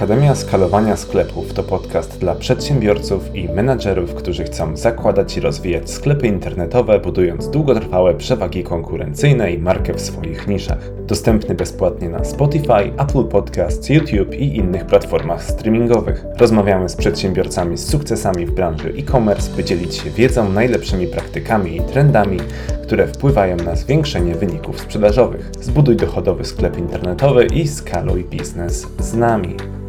Akademia Skalowania Sklepów to podcast dla przedsiębiorców i menadżerów, którzy chcą zakładać i rozwijać sklepy internetowe, budując długotrwałe przewagi konkurencyjne i markę w swoich niszach. Dostępny bezpłatnie na Spotify, Apple Podcasts, YouTube i innych platformach streamingowych. Rozmawiamy z przedsiębiorcami z sukcesami w branży e-commerce, by dzielić się wiedzą, najlepszymi praktykami i trendami, które wpływają na zwiększenie wyników sprzedażowych. Zbuduj dochodowy sklep internetowy i skaluj biznes z nami.